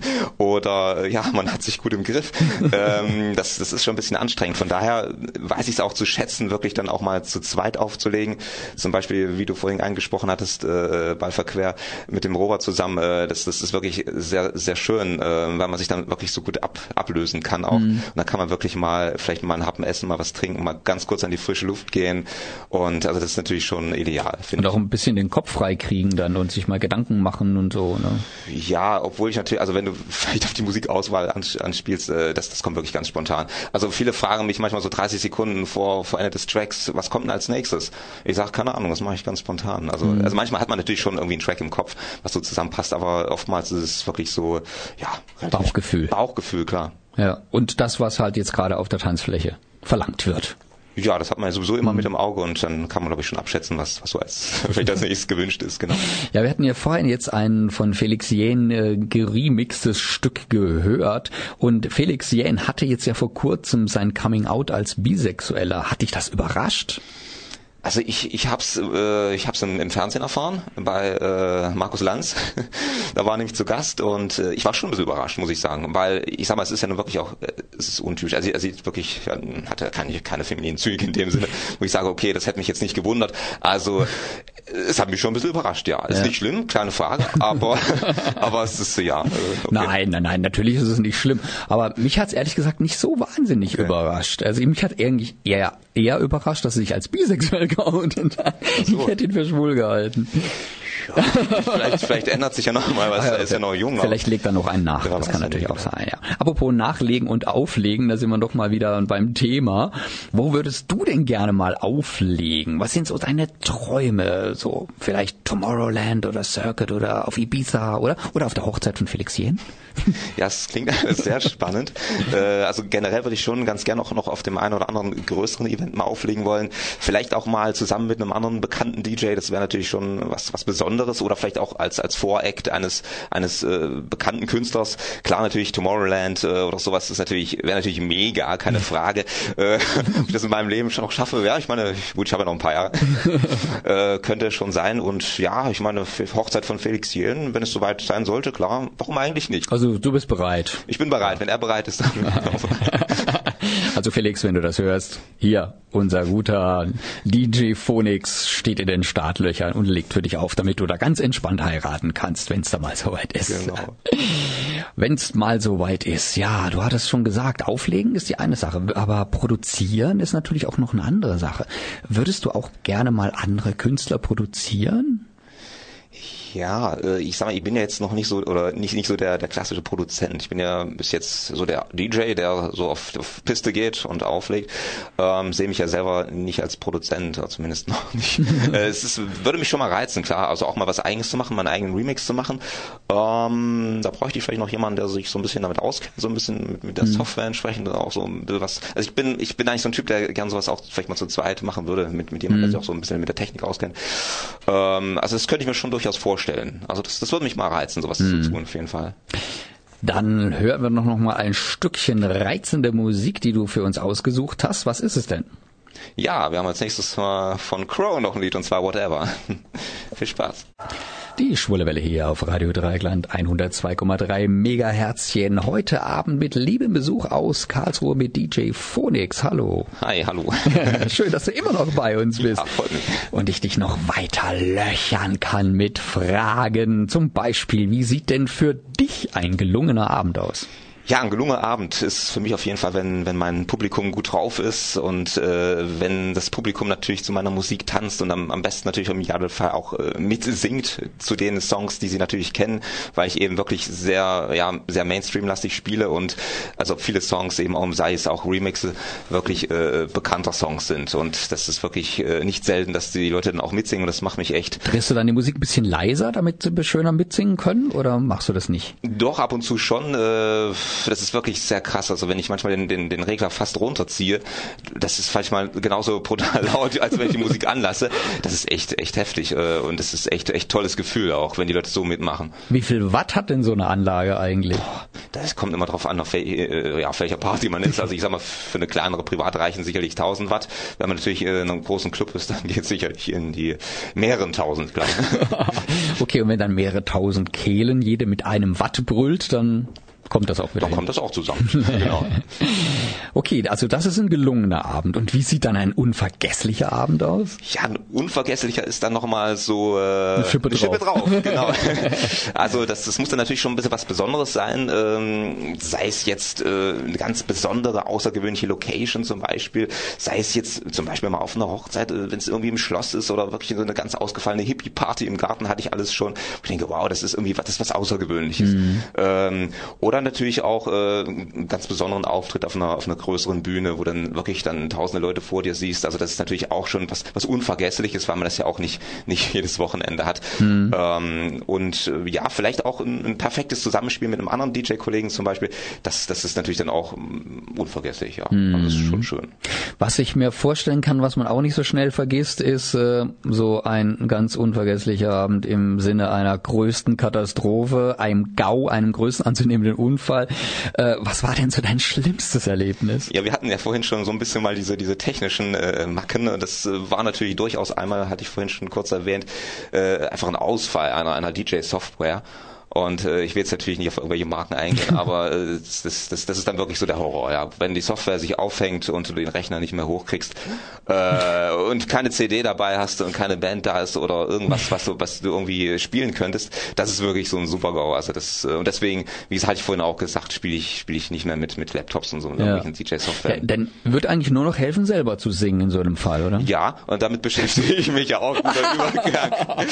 Speaker 7: oder ja, man hat sich gut im Griff. ähm, das das ist schon ein bisschen anstrengend. Von daher weiß ich es auch zu schätzen, wirklich dann auch mal zu zweit aufzulegen. Zum Beispiel, wie du vorhin angesprochen hattest, äh, Ballverquer mit dem Robert zusammen. Äh, das das ist wirklich sehr sehr schön, äh, weil man sich dann wirklich so gut ab, ablösen kann auch. Mhm. Und dann kann man wirklich mal, vielleicht mal einen Happen essen, mal was trinken, mal ganz kurz an die frische Luft gehen. Und also das ist natürlich schon ideal, finde ich.
Speaker 1: Und auch ein bisschen den Kopf frei kriegen dann und sich mal Gedanken machen und so, ne?
Speaker 7: Ja, obwohl ich natürlich, also wenn du vielleicht auf die Musikauswahl anspielst, äh, das, das kommt wirklich ganz spontan. Also viele fragen mich manchmal so dreißig Sekunden vor, vor Ende des Tracks, was kommt denn als nächstes? Ich sage, keine Ahnung, das mache ich ganz spontan. Also, mhm. also manchmal hat man natürlich schon irgendwie einen Track im Kopf, was so zusammenpasst, aber oftmals ist es wirklich so, ja,
Speaker 1: Bauchgefühl.
Speaker 7: Bauchgefühl, klar.
Speaker 1: Ja, und das, was halt jetzt gerade auf der Tanzfläche verlangt wird.
Speaker 7: Ja, das hat man ja sowieso immer mhm. mit im Auge und dann kann man, glaube ich, schon abschätzen, was, was so als vielleicht als nächstes gewünscht ist, genau.
Speaker 1: Ja, wir hatten ja vorhin jetzt ein von Felix Jähn äh, geremixtes Stück gehört und Felix Jähn hatte jetzt ja vor kurzem sein Coming Out als Bisexueller. Hat dich das überrascht?
Speaker 7: Also ich ich hab's äh, ich hab's im, im Fernsehen erfahren bei äh, Markus Lanz. Da war nämlich zu Gast und äh, ich war schon ein bisschen überrascht, muss ich sagen, weil ich sag mal, es ist ja nun wirklich auch äh, es ist untypisch. Also er sieht wirklich ja, hat er keine keine femininen Züge in dem Sinne, wo ich sage, okay, das hätte mich jetzt nicht gewundert. Also es hat mich schon ein bisschen überrascht, ja. Ist ja. nicht schlimm, kleine Frage, aber aber es ist ja. Äh, okay.
Speaker 1: Nein, nein, nein, natürlich ist es nicht schlimm, aber mich hat's ehrlich gesagt nicht so wahnsinnig okay. überrascht. Also mich hat eigentlich eher eher überrascht, dass er sich als bisexuell geoutet hat. So. Ich hätte ihn für schwul gehalten.
Speaker 7: Ja, vielleicht, vielleicht ändert sich ja noch mal was, ah, ja, okay. Er ist ja noch jung.
Speaker 1: Vielleicht legt er noch einen nach, ja, das kann natürlich auch sein, ja. Apropos nachlegen und auflegen, da sind wir doch mal wieder beim Thema. Wo würdest du denn gerne mal auflegen? Was sind so deine Träume? So vielleicht Tomorrowland oder Circuit oder auf Ibiza oder oder auf der Hochzeit von Felix Jähn?
Speaker 7: Ja, es klingt sehr spannend. Äh, also generell würde ich schon ganz gerne auch noch auf dem einen oder anderen größeren Event mal auflegen wollen. Vielleicht auch mal zusammen mit einem anderen bekannten D J. Das wäre natürlich schon was was Besonderes oder vielleicht auch als als Voract eines eines äh, bekannten Künstlers. Klar, natürlich Tomorrowland äh, oder sowas ist natürlich wäre natürlich mega, keine Frage. Äh, ob ich das in meinem Leben schon noch schaffe? Ja, ich meine, gut, ich habe ja noch ein paar Jahre. äh, könnte schon sein. Und ja, ich meine, Hochzeit von Felix Jähn, wenn es soweit sein sollte, klar, warum eigentlich nicht?
Speaker 1: Also du bist bereit.
Speaker 7: Ich bin bereit, wenn er bereit ist, dann bin ich auch bereit.
Speaker 1: Also Felix, wenn du das hörst, hier, unser guter D J Phoenix steht in den Startlöchern und legt für dich auf, damit du da ganz entspannt heiraten kannst, wenn es da mal soweit ist.
Speaker 7: Genau.
Speaker 1: Wenn es mal soweit ist, ja, du hattest schon gesagt, auflegen ist die eine Sache, aber produzieren ist natürlich auch noch eine andere Sache. Würdest du auch gerne mal andere Künstler produzieren?
Speaker 7: Ja, ich sag mal, ich bin ja jetzt noch nicht so oder nicht nicht so der der klassische Produzent. Ich bin ja bis jetzt so der D J, der so auf, auf Piste geht und auflegt. Ähm, sehe mich ja selber nicht als Produzent, oder zumindest noch nicht. es ist, würde mich schon mal reizen, klar. Also auch mal was Eigenes zu machen, meinen eigenen Remix zu machen. Ähm, da bräuchte ich vielleicht noch jemanden, der sich so ein bisschen damit auskennt, so ein bisschen mit, mit der Software entsprechend auch so ein bisschen was. Also ich bin ich bin eigentlich so ein Typ, der gern sowas auch vielleicht mal zu zweit machen würde mit mit jemandem, der sich auch so ein bisschen mit der Technik auskennt. Ähm, also das könnte ich mir schon durchaus vorstellen. Also das, das würde mich mal reizen, sowas hm. zu tun, auf jeden Fall.
Speaker 1: Dann hören wir noch, noch mal ein Stückchen reizende Musik, die du für uns ausgesucht hast. Was ist es denn?
Speaker 7: Ja, wir haben als nächstes mal von Crow noch ein Lied, und zwar Whatever. Viel Spaß.
Speaker 1: Die Schwule Welle hier auf Radio Dreieckland hundertzwei Komma drei Megaherzchen. Heute Abend mit liebem Besuch aus Karlsruhe mit D J Phoenix. Hallo.
Speaker 7: Hi, hallo.
Speaker 1: Schön, dass du immer noch bei uns bist.
Speaker 7: Ja, freut mich.
Speaker 1: Und ich dich noch weiter löchern kann mit Fragen. Zum Beispiel, wie sieht denn für dich ein gelungener Abend aus?
Speaker 7: Ja, ein gelungener Abend ist für mich auf jeden Fall, wenn wenn mein Publikum gut drauf ist und äh, wenn das Publikum natürlich zu meiner Musik tanzt und am, am besten natürlich im Idealfall auch äh, mitsingt zu den Songs, die sie natürlich kennen, weil ich eben wirklich sehr ja sehr Mainstream-lastig spiele und also viele Songs eben auch, sei es auch Remixe, wirklich äh, bekannter Songs sind und das ist wirklich äh, nicht selten, dass die Leute dann auch mitsingen und das macht mich echt.
Speaker 1: Drehst du dann die Musik ein bisschen leiser, damit sie schöner mitsingen können oder machst du das nicht?
Speaker 7: Doch, ab und zu schon. Äh, Das ist wirklich sehr krass. Also wenn ich manchmal den, den, den Regler fast runterziehe, das ist manchmal genauso brutal laut, als wenn ich die Musik anlasse. Das ist echt echt heftig und das ist echt echt tolles Gefühl auch, wenn die Leute so mitmachen.
Speaker 1: Wie viel Watt hat denn so eine Anlage eigentlich?
Speaker 7: Boah, das kommt immer drauf an, auf, wel, ja, auf welcher Party man ist. Also ich sag mal, für eine kleinere Privat reichen sicherlich tausend Watt. Wenn man natürlich in einem großen Club ist, dann geht es sicherlich in die mehreren tausend gleich.
Speaker 1: Okay, und wenn dann mehrere tausend Kehlen jede mit einem Watt brüllt, dann kommt das auch wieder
Speaker 7: Dann
Speaker 1: hin.
Speaker 7: kommt das auch zusammen. Genau.
Speaker 1: Okay, also das ist ein gelungener Abend. Und wie sieht dann ein unvergesslicher Abend aus?
Speaker 7: Ja, ein unvergesslicher ist dann nochmal so äh,
Speaker 1: eine Schippe
Speaker 7: eine
Speaker 1: drauf.
Speaker 7: Schippe drauf. Genau. Also das, das muss dann natürlich schon ein bisschen was Besonderes sein. Ähm, sei es jetzt äh, eine ganz besondere, außergewöhnliche Location zum Beispiel. Sei es jetzt zum Beispiel mal auf einer Hochzeit, äh, wenn es irgendwie im Schloss ist oder wirklich so eine ganz ausgefallene Hippie-Party im Garten, hatte ich alles schon. Ich denke, wow, das ist irgendwie was, das ist was Außergewöhnliches. Mhm. Ähm, oder natürlich auch äh, einen ganz besonderen Auftritt auf einer auf einer größeren Bühne, wo dann wirklich dann tausende Leute vor dir siehst. Also das ist natürlich auch schon was was Unvergessliches, weil man das ja auch nicht nicht jedes Wochenende hat. Mhm. Ähm, und äh, ja, vielleicht auch ein, ein perfektes Zusammenspiel mit einem anderen D J-Kollegen zum Beispiel. Das das ist natürlich dann auch um, unvergesslich, ja. Mhm. Also das ist schon schön.
Speaker 1: Was ich mir vorstellen kann, was man auch nicht so schnell vergisst, ist äh, so ein ganz unvergesslicher Abend im Sinne einer größten Katastrophe, einem GAU, einem größten anzunehmenden Unfall. Äh, was war denn so dein schlimmstes Erlebnis?
Speaker 7: Ja, wir hatten ja vorhin schon so ein bisschen mal diese diese technischen äh, Macken. Das äh, war natürlich durchaus einmal, hatte ich vorhin schon kurz erwähnt, äh, einfach ein Ausfall einer einer D J-Software. Und äh, ich will jetzt natürlich nicht auf irgendwelche Marken eingehen, aber äh, das, das, das ist dann wirklich so der Horror, ja. Wenn die Software sich aufhängt und du den Rechner nicht mehr hochkriegst äh, und keine C D dabei hast und keine Band da ist oder irgendwas, was du, was du irgendwie spielen könntest, das ist wirklich so ein Super-GAU. Also das äh, und deswegen, wie es hatte ich vorhin auch gesagt, spiele ich spiele ich nicht mehr mit mit Laptops und so und
Speaker 1: ja.
Speaker 7: irgendwelchen D J-Software.
Speaker 1: Ja, denn wird eigentlich nur noch helfen, selber zu singen in so einem Fall, oder?
Speaker 7: Ja, und damit beschäftige ich mich ja auch über Übergang.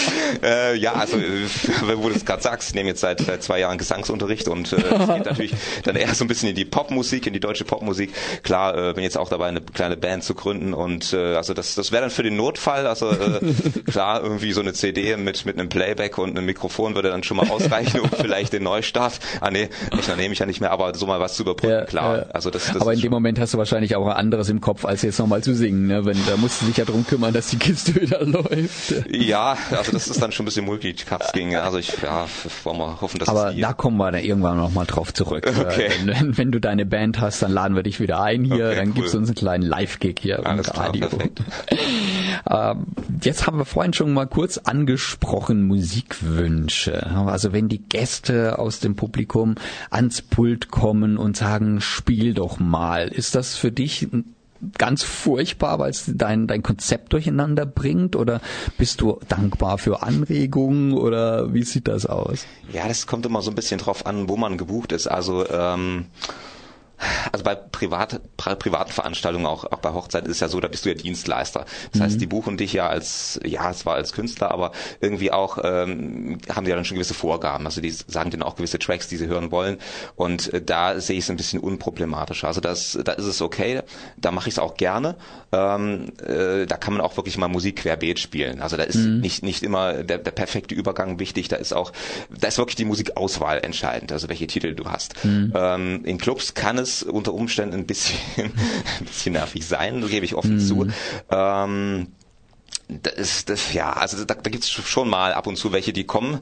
Speaker 7: äh, ja, also wo du es gerade sagst, ich nehme jetzt seit, seit zwei Jahren Gesangsunterricht und äh, es geht natürlich dann eher so ein bisschen in die Popmusik, in die deutsche Popmusik. Klar, äh, bin jetzt auch dabei, eine kleine Band zu gründen und äh, also das das wäre dann für den Notfall, also äh, klar, irgendwie so eine C D mit mit einem Playback und einem Mikrofon würde dann schon mal ausreichen, um vielleicht den Neustart, ah nee, Rechner nehme ich ja nicht mehr, aber so mal was zu überbrücken, ja, klar. Ja. Also das, das
Speaker 1: aber in dem Moment hast du wahrscheinlich auch anderes im Kopf, als jetzt nochmal zu singen, ne? Wenn, da musst du dich ja drum kümmern, dass die Kiste wieder läuft.
Speaker 7: Ja, also das ist dann schon ein bisschen Multitasking, also ich, ja, wollen wir hoffen, dass
Speaker 1: aber
Speaker 7: es
Speaker 1: da kommen wir dann irgendwann nochmal drauf zurück.
Speaker 7: Okay.
Speaker 1: Wenn, wenn du deine Band hast, dann laden wir dich wieder ein hier, okay, dann cool. Gibst du uns einen kleinen Live-Gig hier
Speaker 7: Alles
Speaker 1: im
Speaker 7: klar,
Speaker 1: Radio.
Speaker 7: Perfekt.
Speaker 1: ähm, jetzt haben wir vorhin schon mal kurz angesprochen, Musikwünsche. Also wenn die Gäste aus dem Publikum ans Pult kommen und sagen, spiel doch mal, ist das für dich ganz furchtbar, weil es dein dein Konzept durcheinander bringt, oder bist du dankbar für Anregungen, oder wie sieht das aus?
Speaker 7: Ja, das kommt immer so ein bisschen drauf an, wo man gebucht ist. Also ähm Also bei privat, privaten Veranstaltungen, auch, auch bei Hochzeiten ist es ja so, da bist du ja Dienstleister. Das mhm. heißt, die buchen dich ja als, ja, zwar als Künstler, aber irgendwie auch ähm, haben die ja dann schon gewisse Vorgaben. Also die sagen denen auch gewisse Tracks, die sie hören wollen. Und äh, da sehe ich es ein bisschen unproblematischer. Also das, da ist es okay, da mache ich es auch gerne. Ähm, äh, da kann man auch wirklich mal Musik querbeet spielen. Also da ist mhm. nicht nicht immer der, der perfekte Übergang wichtig. Da ist auch, da ist wirklich die Musikauswahl entscheidend, also welche Titel du hast. Mhm. Ähm, in Clubs kann es unter Umständen ein bisschen, ein bisschen nervig sein, so gebe ich offen mm. zu. Ähm, Das ist, das, ja, also da, da gibt's schon mal ab und zu welche, die kommen.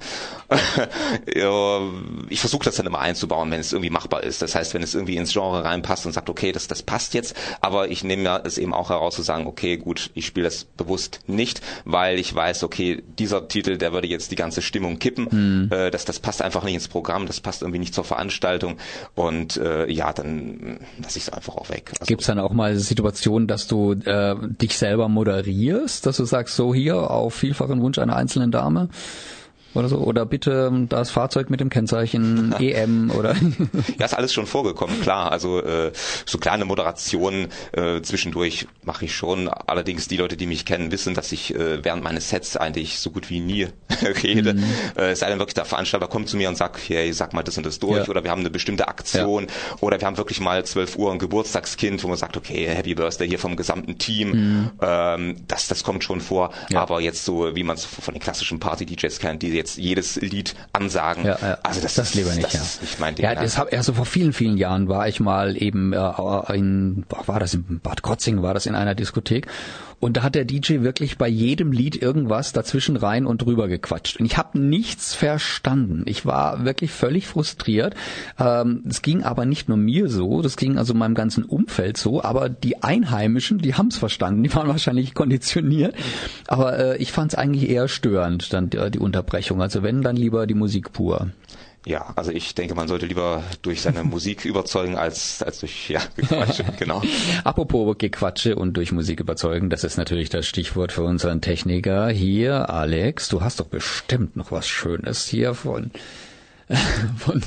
Speaker 7: Ich versuche das dann immer einzubauen, wenn es irgendwie machbar ist. Das heißt, wenn es irgendwie ins Genre reinpasst und sagt, okay, das, das passt jetzt, aber ich nehme ja es eben auch heraus zu sagen, okay, gut, ich spiele das bewusst nicht, weil ich weiß, okay, dieser Titel, der würde jetzt die ganze Stimmung kippen. Mhm. Äh, das, das passt einfach nicht ins Programm, das passt irgendwie nicht zur Veranstaltung und äh, ja, dann lasse ich es einfach auch weg. Also,
Speaker 1: gibt's dann auch mal Situationen, dass du äh, dich selber moderierst, dass du sagst, so hier auf vielfachen Wunsch einer einzelnen Dame oder so, oder bitte das Fahrzeug mit dem Kennzeichen E M oder
Speaker 7: ja, ist alles schon vorgekommen, klar, also äh, so kleine Moderationen äh, zwischendurch mache ich schon, allerdings die Leute, die mich kennen, wissen, dass ich äh, während meines Sets eigentlich so gut wie nie rede, mhm. äh, es sei denn wirklich der Veranstalter kommt zu mir und sagt, hey, sag mal das und das durch, ja. oder wir haben eine bestimmte Aktion, ja. oder wir haben wirklich mal zwölf Uhr ein Geburtstagskind, wo man sagt, okay, Happy Birthday hier vom gesamten Team, mhm. ähm, das, das kommt schon vor, ja. aber jetzt so, wie man es von den klassischen Party-D Js kennt, die jetzt jedes Lied ansagen. Ja, ja. Also das,
Speaker 1: das lieber nicht,
Speaker 7: das
Speaker 1: ja.
Speaker 7: ist nicht mein Ding.
Speaker 1: Ja, das hab, also vor vielen, vielen Jahren war ich mal eben äh, in, war das in Bad Krotzing, war das in einer Diskothek und da hat der D J wirklich bei jedem Lied irgendwas dazwischen rein und drüber gequatscht. Und ich habe nichts verstanden. Ich war wirklich völlig frustriert. Ähm, es ging aber nicht nur mir so, das ging also meinem ganzen Umfeld so, aber die Einheimischen, die haben es verstanden, die waren wahrscheinlich konditioniert. Aber äh, ich fand es eigentlich eher störend, dann die, die Unterbrechung. Also wenn, dann lieber die Musik pur.
Speaker 7: Ja, also ich denke, man sollte lieber durch seine Musik überzeugen, als als durch ja, Gequatsche, genau.
Speaker 1: Apropos Gequatsche und durch Musik überzeugen, das ist natürlich das Stichwort für unseren Techniker. Hier, Alex, du hast doch bestimmt noch was Schönes hier von von,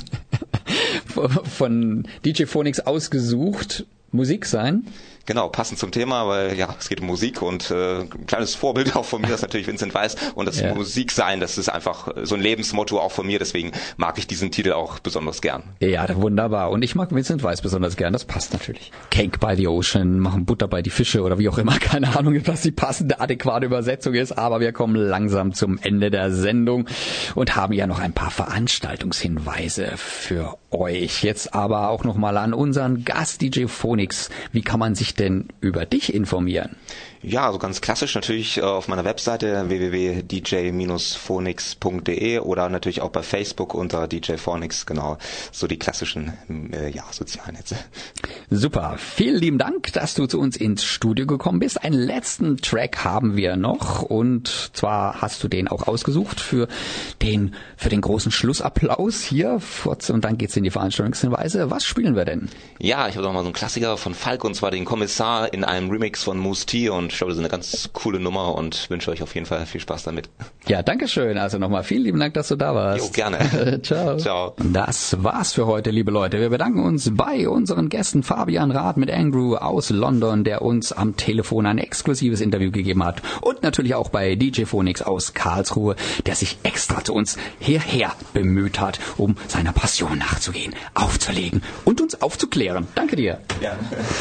Speaker 1: von D J Phoenix ausgesucht. Musik sein?
Speaker 7: Genau, passend zum Thema, weil ja, es geht um Musik und äh, ein kleines Vorbild auch von mir ist natürlich Vincent Weiss und das ja. Musik sein, das ist einfach so ein Lebensmotto auch von mir, deswegen mag ich diesen Titel auch besonders gern.
Speaker 1: Ja, wunderbar. Und ich mag Vincent Weiss besonders gern, das passt natürlich. Cake by the Ocean, machen Butter bei die Fische oder wie auch immer, keine Ahnung, was die passende, adäquate Übersetzung ist, aber wir kommen langsam zum Ende der Sendung und haben ja noch ein paar Veranstaltungshinweise für euch. Jetzt aber auch nochmal an unseren Gast D J Phoenix. Wie kann man sich denn über dich informieren?
Speaker 7: Ja, also ganz klassisch natürlich auf meiner Webseite w w w punkt d j phoenix punkt d e oder natürlich auch bei Facebook unter D J Phoenix, genau, so die klassischen äh, ja, sozialen Netze.
Speaker 1: Super, vielen lieben Dank, dass du zu uns ins Studio gekommen bist. Einen letzten Track haben wir noch und zwar hast du den auch ausgesucht für den für den großen Schlussapplaus hier und dann geht's in die Veranstaltungshinweise. Was spielen wir denn?
Speaker 7: Ja, ich habe noch mal so einen Klassiker von Falk und zwar den Kommissar in einem Remix von Moose T und ich glaube, das ist eine ganz coole Nummer und wünsche euch auf jeden Fall viel Spaß damit.
Speaker 1: Ja, danke schön. Also nochmal vielen lieben Dank, dass du da warst.
Speaker 7: Jo, gerne.
Speaker 1: Ciao.
Speaker 7: Ciao.
Speaker 1: Das war's für heute, liebe Leute. Wir bedanken uns bei unseren Gästen Fabian Rath mit Andrew aus London, der uns am Telefon ein exklusives Interview gegeben hat und natürlich auch bei D J Phoenix aus Karlsruhe, der sich extra zu uns hierher bemüht hat, um seiner Passion nachzugehen, aufzulegen und uns aufzuklären. Danke dir.
Speaker 7: Ja.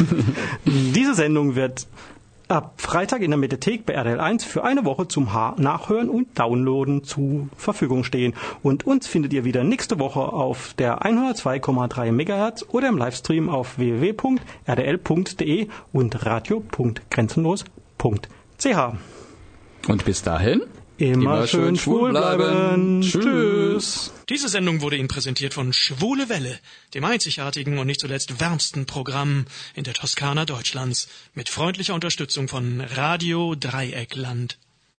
Speaker 2: Diese Sendung wird ab Freitag in der Mediathek bei R T L eins für eine Woche zum Nachhören und Downloaden zur Verfügung stehen. Und uns findet ihr wieder nächste Woche auf der hundertzwei Komma drei Megahertz oder im Livestream auf w w w punkt r t l punkt d e und radio punkt grenzenlos punkt c h.
Speaker 1: Und bis dahin
Speaker 2: immer, immer schön schwul bleiben. Tschüss.
Speaker 4: Diese Sendung wurde Ihnen präsentiert von Schwule Welle, dem einzigartigen und nicht zuletzt wärmsten Programm in der Toskana Deutschlands, mit freundlicher Unterstützung von Radio Dreieckland.